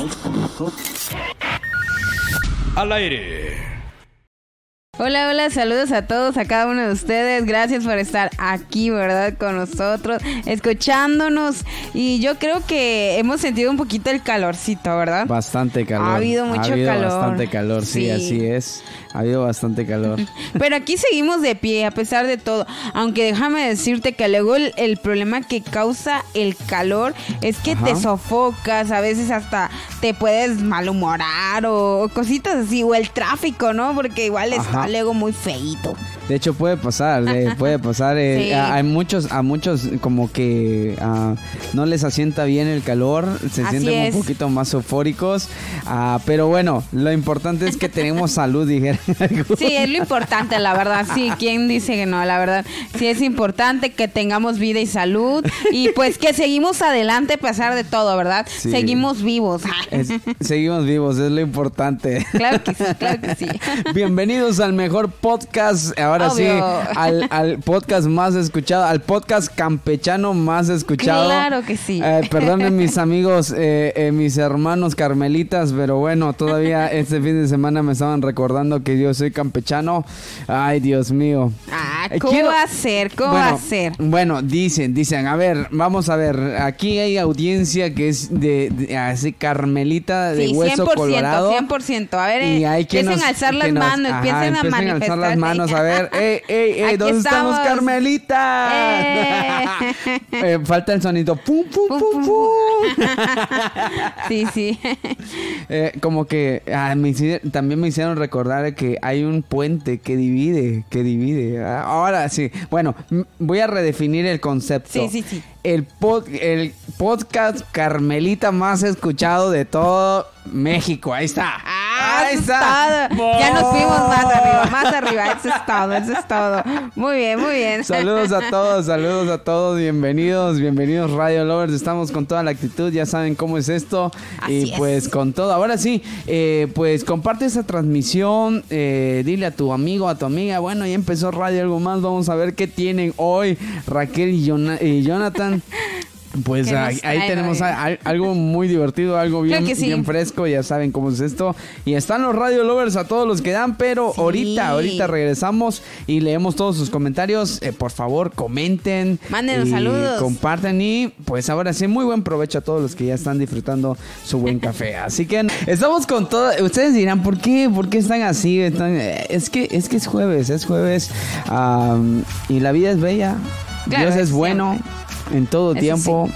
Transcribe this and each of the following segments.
Al aire. Hola, hola, saludos a todos, a cada uno de ustedes. Gracias por estar aquí, ¿verdad? Con nosotros, escuchándonos. Y yo creo que hemos sentido un poquito el calorcito, ¿verdad? Bastante calor. Ha habido mucho calor. Bastante calor, sí, así es. Ha habido bastante calor. Pero aquí seguimos de pie, a pesar de todo. Aunque déjame decirte que luego el problema que causa el calor es que te sofocas, a veces hasta te puedes malhumorar o cositas así. O el tráfico, ¿no? Porque igual está luego muy feíto. De hecho puede pasar, puede pasar. Sí. A muchos como que no les asienta bien el calor, se Así sienten es. un poquito más eufóricos. Pero bueno, lo importante es que tenemos salud, dijeron. Sí, es lo importante, la verdad. Sí, ¿quién dice que no? La verdad, sí es importante que tengamos vida y salud y pues que seguimos adelante a pesar de todo, ¿verdad? Sí. Seguimos vivos. Seguimos vivos, es lo importante. Claro que sí, claro que sí. Bienvenidos al mejor podcast, ahora Obvio. sí, al podcast más escuchado, al podcast campechano más escuchado. Claro que sí. Perdonen mis amigos, mis hermanos carmelitas, pero bueno, todavía este fin de semana me estaban recordando que yo soy campechano. Ay, Dios mío. ¿Cómo va a ser? ¿Cómo va a ser? Bueno, dicen, a ver, vamos a ver, aquí hay audiencia que es de así carmelita de hueso 100%, colorado. 100%. A ver, Y hay que empiecen a alzar las manos, empiecen a manifestar. Alzar las manos, a ver, ey, ¿dónde estamos, Carmelita? Falta el sonido, pum, pum, pum, pum. Sí. Como que también me hicieron recordar que hay un puente que divide. Ahora sí, bueno, voy a redefinir el concepto. Sí. El podcast Carmelita más escuchado de todo México. Ahí está. Ahí está. Ya nos fuimos más arriba. Eso es todo. Muy bien. Saludos a todos. Bienvenidos Radio Lovers. Estamos con toda la actitud. Ya saben cómo es esto. Así y pues es. con todo. Ahora sí, pues comparte esa transmisión. Dile a tu amigo, a tu amiga. Bueno, ya empezó Radio Algo Más. Vamos a ver qué tienen hoy Raquel y Jonathan. Pues ahí tenemos algo muy divertido, algo bien fresco, ya saben cómo es esto. Y están los Radio Lovers a todos los que dan, pero ahorita regresamos y leemos todos sus comentarios. Por favor, comenten. Mándenos saludos. Compartan y pues ahora sí, muy buen provecho a todos los que ya están disfrutando su buen café. Así que estamos con todo. Ustedes dirán, ¿por qué están así? Es que es jueves, y la vida es bella. Claro, Dios es bueno. Siempre. En todo Eso tiempo.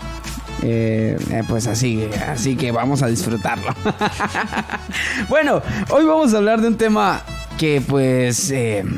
Pues así que vamos a disfrutarlo. Bueno, hoy vamos a hablar de un tema que pues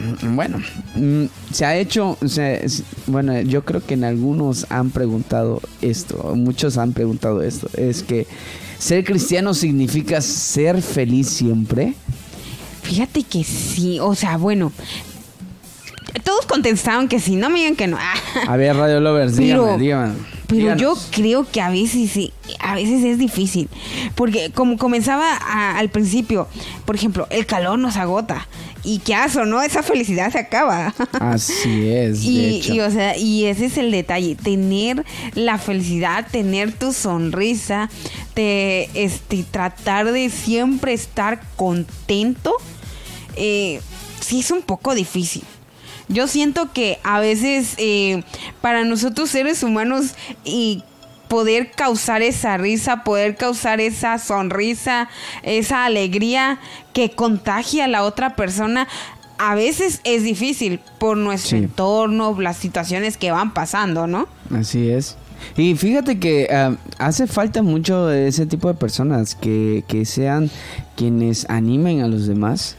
se ha hecho, bueno, yo creo que en algunos han preguntado esto, muchos han preguntado esto, es que ¿ser cristiano significa ser feliz siempre? Fíjate que sí, o sea, bueno, todos contestaron que sí, no me digan que no. A ver, Radio Lovers, díganme. Pero díganos. yo creo que a veces es difícil. Porque como comenzaba al principio, por ejemplo, el calor nos agota. Y qué aso, ¿no? Esa felicidad se acaba. Así es, de hecho. Y ese es el detalle. Tener la felicidad, tener tu sonrisa, tratar de siempre estar contento. Sí es un poco difícil. Yo siento que a veces para nosotros seres humanos poder causar esa risa, poder causar esa sonrisa, esa alegría que contagia a la otra persona, a veces es difícil por nuestro entorno, las situaciones que van pasando, ¿no? Así es. Y fíjate que hace falta mucho de ese tipo de personas que sean quienes animen a los demás.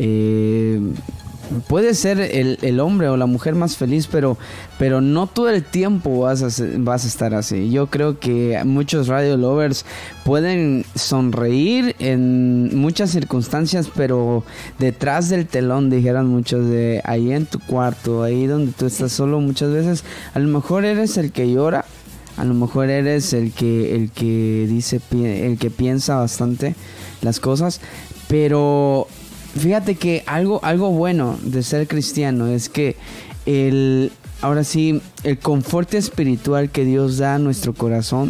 Puede ser el hombre o la mujer más feliz, pero no todo el tiempo vas a estar así. Yo creo que muchos Radio Lovers pueden sonreír en muchas circunstancias, pero detrás del telón, dijeron muchos, de ahí en tu cuarto, ahí donde tú estás solo, muchas veces a lo mejor eres el que llora, a lo mejor eres el que dice, el que piensa bastante las cosas, pero fíjate que algo bueno de ser cristiano es que ahora sí, el confort espiritual que Dios da a nuestro corazón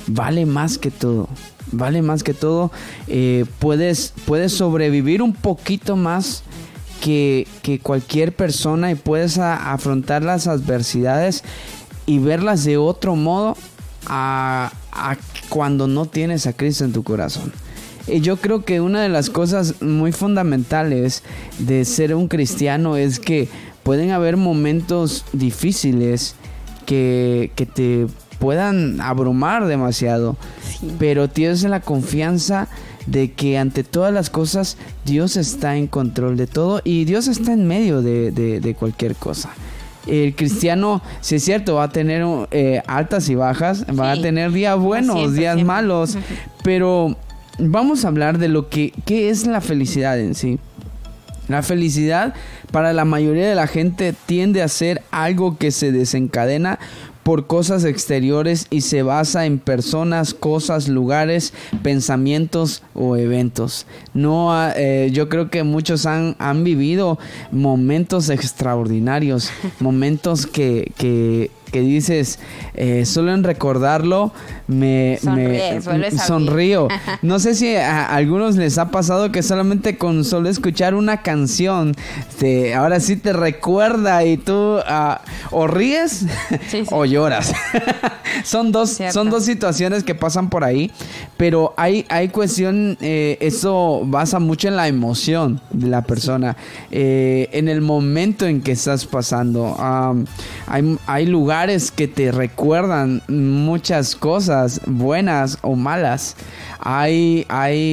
vale más que todo. Vale más que todo. Puedes sobrevivir un poquito más que cualquier persona y puedes afrontar las adversidades y verlas de otro modo a cuando no tienes a Cristo en tu corazón. Y yo creo que una de las cosas muy fundamentales de ser un cristiano es que pueden haber momentos difíciles que te puedan abrumar demasiado, Sí. pero tienes la confianza de que ante todas las cosas Dios está en control de todo y Dios está en medio de cualquier cosa. El cristiano, si es cierto, va a tener altas y bajas, va a tener días buenos, siempre, días siempre. malos, pero vamos a hablar de qué es la felicidad en sí. La felicidad para la mayoría de la gente tiende a ser algo que se desencadena por cosas exteriores y se basa en personas, cosas, lugares, pensamientos o eventos. Yo creo que muchos han vivido momentos extraordinarios, momentos que dices, solo en recordarlo me sonrío. No sé si a algunos les ha pasado que solamente con solo escuchar una canción ahora sí te recuerda y tú o ríes o lloras. Son dos situaciones que pasan por ahí, pero hay cuestión, eso basa mucho en la emoción de la persona, en el momento en que estás pasando. Hay lugares que te recuerdan muchas cosas buenas o malas. Hay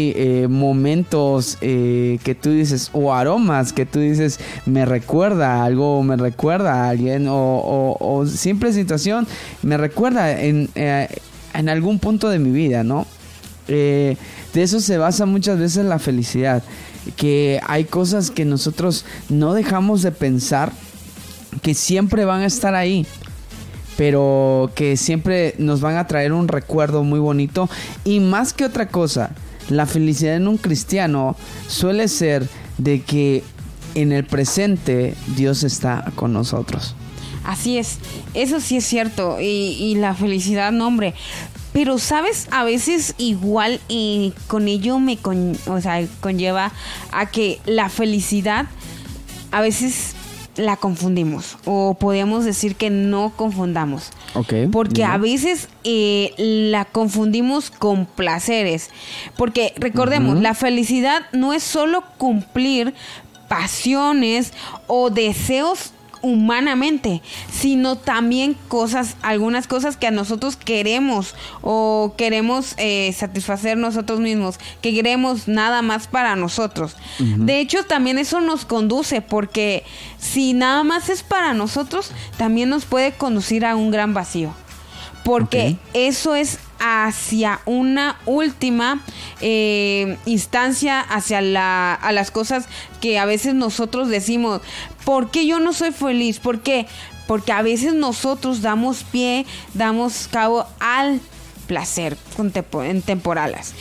momentos que tú dices, o aromas que tú dices, me recuerda a algo, me recuerda a alguien, o simple situación me recuerda en algún punto de mi vida, ¿no? De eso se basa muchas veces la felicidad, que hay cosas que nosotros no dejamos de pensar que siempre van a estar ahí, pero que siempre nos van a traer un recuerdo muy bonito. Y más que otra cosa, la felicidad en un cristiano suele ser de que en el presente Dios está con nosotros. Así es, eso sí es cierto, y la felicidad, no, hombre. Pero, ¿sabes? A veces igual con ello conlleva a que la felicidad a veces la confundimos, o podemos decir que no confundamos. Okay, porque bien. a veces la confundimos con placeres. Porque recordemos, la felicidad no es solo cumplir pasiones o deseos humanamente, sino también algunas cosas que a nosotros queremos o queremos satisfacer nosotros mismos, que queremos nada más para nosotros. De hecho, también eso nos conduce, porque si nada más es para nosotros, también nos puede conducir a un gran vacío, porque eso es hacia una última instancia, hacia a las cosas que a veces nosotros decimos, ¿por qué yo no soy feliz? ¿Por qué? Porque a veces nosotros damos cabo al placer temporales.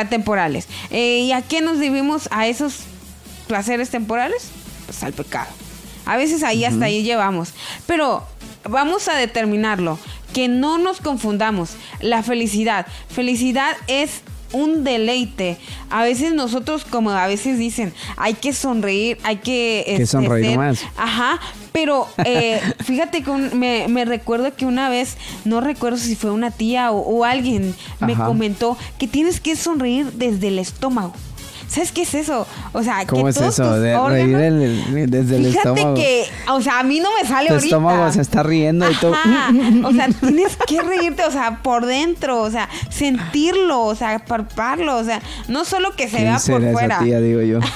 ¿Y a qué nos debimos a esos placeres temporales? Pues al pecado. A veces hasta ahí llevamos. Pero vamos a determinarlo, que no nos confundamos. La felicidad es un deleite. A veces nosotros, como a veces dicen, hay que sonreír, hay que sonreír más. Ajá, pero fíjate que me recuerdo que una vez, no recuerdo si fue una tía o alguien, me comentó que tienes que sonreír desde el estómago. ¿Sabes qué es eso? O sea, ¿cómo que es todos eso? tus De órganos, reír desde el estómago. Fíjate que, o sea, a mí no me sale tu ahorita. estómago se está riendo y tú... Ajá. O sea, tienes que reírte, o sea, por dentro, o sea, sentirlo, o sea, palparlo, o sea, no solo que se vea por fuera. Esa tía, digo yo.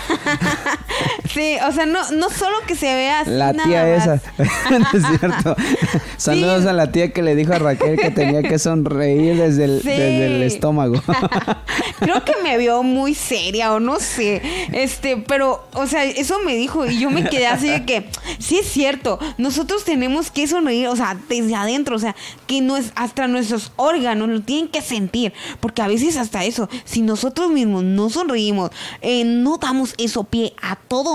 Sí, o sea, no solo que se vea así. La tía nada esa. No es cierto. Saludos a la tía que le dijo a Raquel que tenía que sonreír desde el estómago. Creo que me vio muy seria o no sé. Pero, o sea, eso me dijo y yo me quedé así de que sí es cierto, nosotros tenemos que sonreír, o sea, desde adentro, o sea, que hasta nuestros órganos lo tienen que sentir, porque a veces hasta eso, si nosotros mismos no sonreímos, no damos eso pie a todo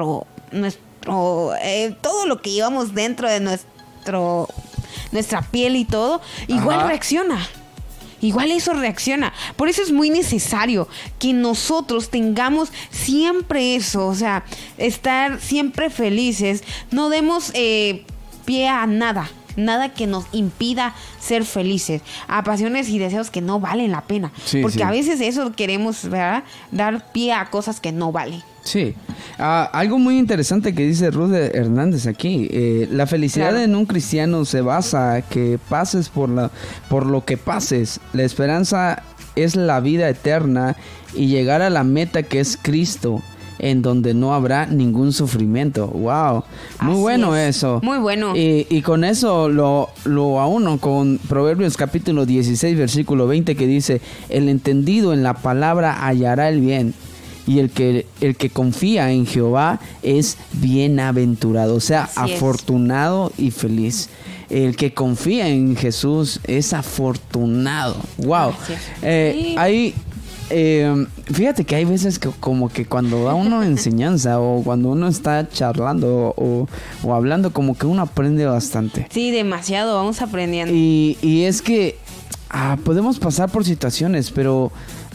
todo lo que llevamos dentro de nuestra piel y todo, igual reacciona. igual eso reacciona. Por eso es muy necesario que nosotros tengamos siempre eso, o sea, estar siempre felices. No demos pie a nada que nos impida ser felices, a pasiones y deseos que no valen la pena. Sí, porque sí. a veces eso queremos, ¿verdad? Dar pie a cosas que no valen. Sí, algo muy interesante que dice Ruth Hernández aquí, la felicidad Claro. en un cristiano se basa que pases por lo que pases, la esperanza es la vida eterna y llegar a la meta que es Cristo, en donde no habrá ningún sufrimiento. Wow, muy Así bueno es. eso. Muy bueno. Y con eso lo auno con Proverbios capítulo 16 versículo 20 que dice, el entendido en la palabra hallará el bien. Y el que confía en Jehová es bienaventurado, o sea, Así es. afortunado y feliz. El que confía en Jesús es afortunado. Wow. Así es. Sí. Fíjate que hay veces que como que cuando da uno enseñanza o cuando uno está charlando o hablando, como que uno aprende bastante. Sí, demasiado, vamos aprendiendo. Y es que podemos pasar por situaciones, pero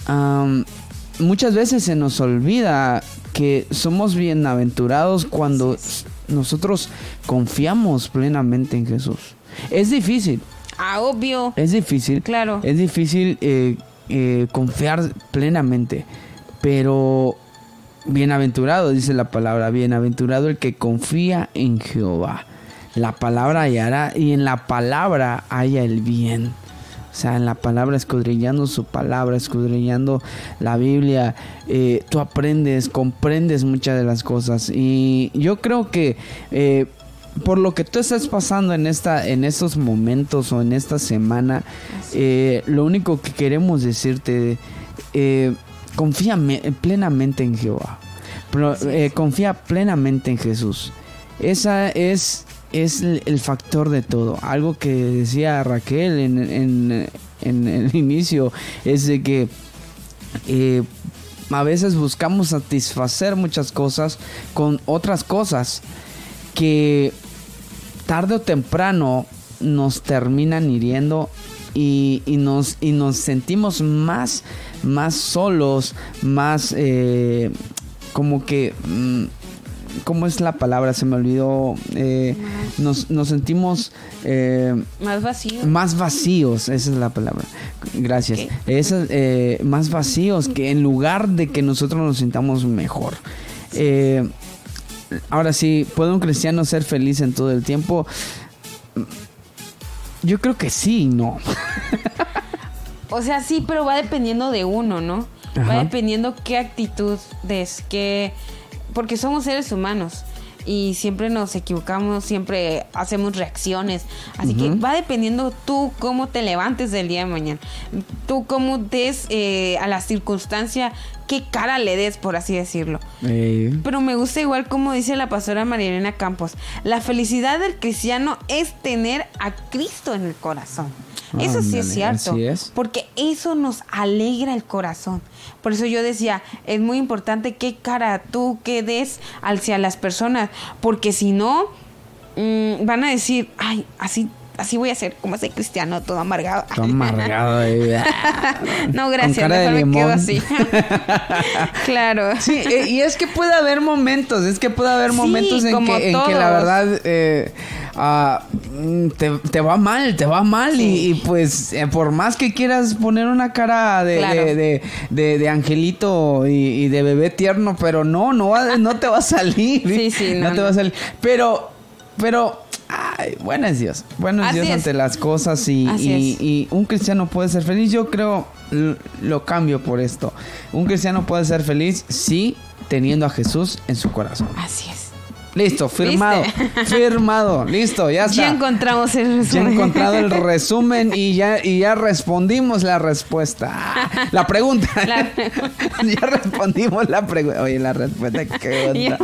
muchas veces se nos olvida que somos bienaventurados cuando nosotros confiamos plenamente en Jesús. Es difícil. Obvio. Es difícil. Claro. Es difícil confiar plenamente. Pero bienaventurado, dice la palabra. Bienaventurado el que confía en Jehová. La palabra hallará y en la palabra haya el bien. O sea, en la palabra, escudriñando su palabra, escudriñando la Biblia, tú aprendes, comprendes muchas de las cosas. Y yo creo que por lo que tú estás pasando en estos momentos o en esta semana, lo único que queremos decirte, confía plenamente en Jehová. Confía plenamente en Jesús. Esa es el factor de todo. Algo que decía Raquel en el inicio es de que a veces buscamos satisfacer muchas cosas con otras cosas que tarde o temprano nos terminan hiriendo y nos sentimos más solos, más como que ¿cómo es la palabra? Se me olvidó. Nos sentimos más vacíos, esa es la palabra. Gracias. Okay. Más vacíos, que en lugar de que nosotros nos sintamos mejor. Ahora sí, ¿puede un cristiano ser feliz en todo el tiempo? Yo creo que sí y no. O sea, sí, pero va dependiendo de uno, ¿no? Ajá. Va dependiendo qué actitud des, porque somos seres humanos y siempre nos equivocamos, siempre hacemos reacciones. Así que va dependiendo tú cómo te levantes del día de mañana. Tú cómo des a la circunstancia, qué cara le des, por así decirlo. Pero me gusta igual como dice la pastora María Elena Campos. La felicidad del cristiano es tener a Cristo en el corazón. Eso sí es cierto, así es. porque eso nos alegra el corazón. Por eso yo decía, es muy importante qué cara tú que des hacia las personas, porque si no, van a decir, ay, así voy a ser, como ese cristiano todo amargado. Todo amargado. No, gracias, con cara de mejor me quedo limón. así. Claro. Sí, y es que puede haber momentos, Sí, en que la verdad te va mal y pues por más que quieras poner una cara de angelito y de bebé tierno, pero no te va a salir. Sí, no te va a salir. Pero ay, bueno es Dios ante las cosas y un cristiano puede ser feliz. Yo creo, lo cambio por esto. Un cristiano puede ser feliz, sí, teniendo a Jesús en su corazón. Así es. Listo, firmado. Firmado, listo, ya está. Ya encontramos el resumen. Ya he encontrado el resumen y ya respondimos la respuesta. La pregunta. Ya respondimos la pregunta. Oye, la respuesta, ¿qué onda?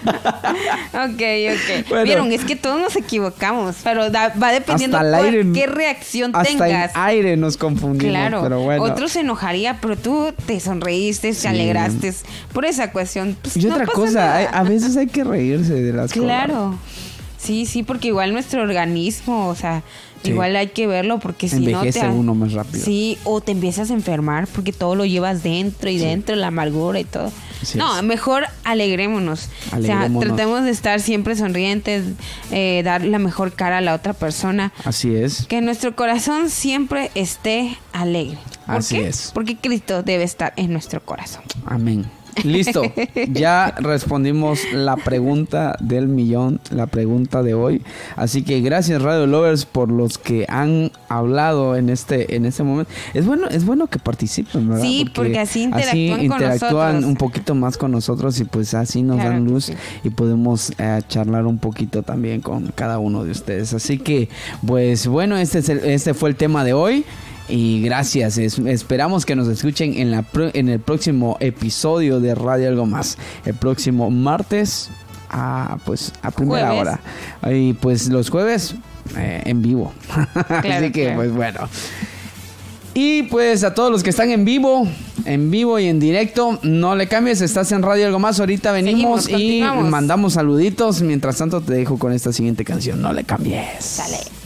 Ok. Bueno, vieron, es que todos nos equivocamos, pero va dependiendo qué reacción tengas. Hasta el aire nos confundimos. Claro, pero bueno. otro se enojaría, pero tú te sonreíste, te alegraste por esa cuestión. Pues, Y no otra pasa cosa, nada. a veces hay que reírse de las cosas. Claro. Sí, porque igual nuestro organismo, o sea, Sí. igual hay que verlo porque si no Envejece uno más rápido. Sí, o te empiezas a enfermar porque todo lo llevas dentro y dentro, la amargura y todo. Así No, es. mejor alegrémonos. O sea, Alegrémonos. tratemos de estar siempre sonrientes, dar la mejor cara a la otra persona. Así es. Que nuestro corazón siempre esté alegre. ¿Por Así qué? es. Porque Cristo debe estar en nuestro corazón. Amén. Listo, ya respondimos la pregunta del millón, la pregunta de hoy. Así que gracias Radio Lovers por los que han hablado en este momento. Es bueno que participen, ¿verdad? Sí, porque así interactúan con nosotros. Un poquito más con nosotros y pues así nos Claro dan que luz sí. y podemos charlar un poquito también con cada uno de ustedes. Así que pues bueno, este fue el tema de hoy. Y gracias, esperamos que nos escuchen en el próximo episodio de Radio Algo Más. El próximo martes a primera Jueves. hora. Y pues los jueves en vivo. Así que claro. pues bueno. Y pues a todos los que están en vivo y en directo, no le cambies, estás en Radio Algo Más. Ahorita venimos Seguimos, y continuamos. mandamos saluditos. Mientras tanto te dejo con esta siguiente canción. No le cambies. Sale.